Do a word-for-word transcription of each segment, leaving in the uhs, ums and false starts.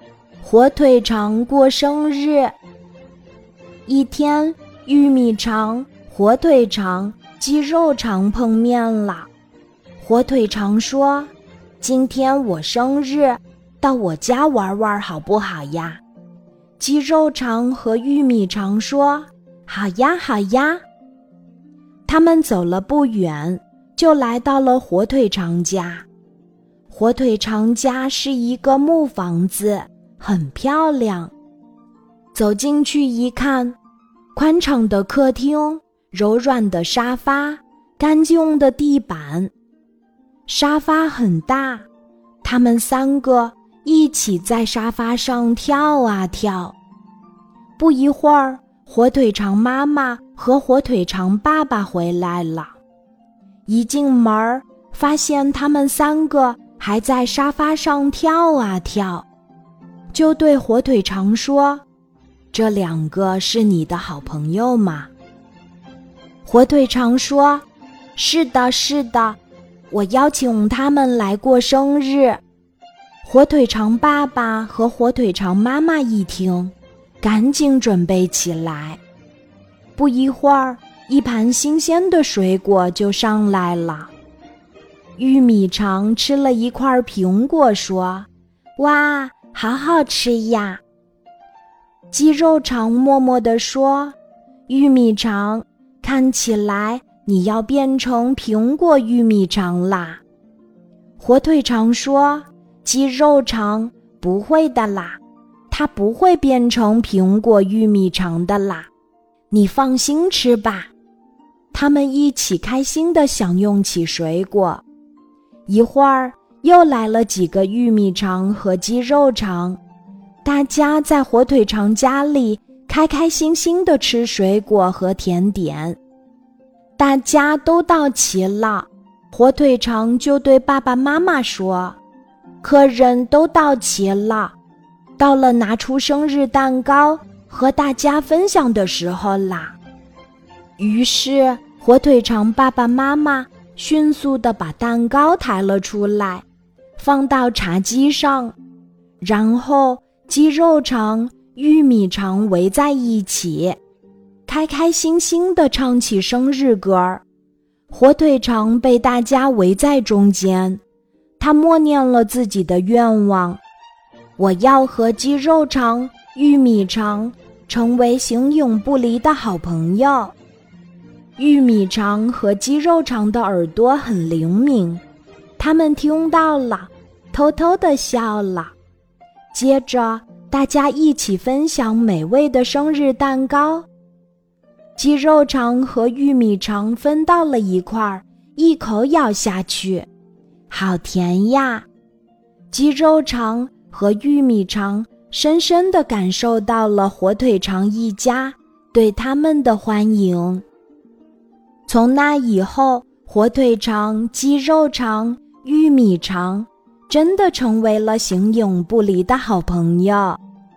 火腿肠过生日。一天，玉米肠、火腿肠、鸡肉肠碰面了。火腿肠说：“今天我生日，到我家玩玩好不好呀？”鸡肉肠和玉米肠说：“好呀，好呀。”他们走了不远，就来到了火腿肠家。火腿肠家是一个木房子，很漂亮。走进去一看，宽敞的客厅，柔软的沙发，干净的地板。沙发很大，他们三个一起在沙发上跳啊跳。不一会儿，火腿肠妈妈和火腿肠爸爸回来了。一进门，发现他们三个还在沙发上跳啊跳，就对火腿肠说：“这两个是你的好朋友吗？”火腿肠说：“是的，是的，我邀请他们来过生日。”火腿肠爸爸和火腿肠妈妈一听，赶紧准备起来。不一会儿，一盘新鲜的水果就上来了。玉米肠吃了一块苹果，说：“哇，好好吃呀。”鸡肉肠默默地说：“玉米肠，看起来你要变成苹果玉米肠啦。”火腿肠说：“鸡肉肠，不会的啦，它不会变成苹果玉米肠的啦，你放心吃吧。”他们一起开心地享用起水果。一会儿又来了几个玉米肠和鸡肉肠，大家在火腿肠家里开开心心地吃水果和甜点。大家都到齐了，火腿肠就对爸爸妈妈说：“客人都到齐了，到了拿出生日蛋糕和大家分享的时候啦。”于是火腿肠爸爸妈妈迅速地把蛋糕抬了出来，放到茶几上，然后鸡肉肠、玉米肠围在一起，开开心心地唱起生日歌儿。火腿肠被大家围在中间，他默念了自己的愿望：“我要和鸡肉肠、玉米肠成为形影不离的好朋友。”玉米肠和鸡肉肠的耳朵很灵敏，他们听到了，偷偷地笑了。接着，大家一起分享美味的生日蛋糕。鸡肉肠和玉米肠分到了一块儿，一口咬下去，好甜呀！鸡肉肠和玉米肠深深地感受到了火腿肠一家对他们的欢迎。从那以后，火腿肠、鸡肉肠、玉米肠真的成为了形影不离的好朋友。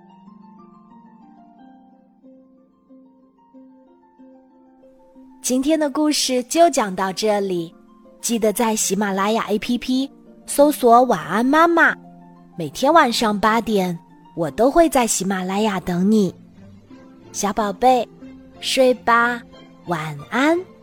今天的故事就讲到这里，记得在喜马拉雅 A P P 搜索晚安妈妈，每天晚上八点，我都会在喜马拉雅等你。小宝贝，睡吧，晚安。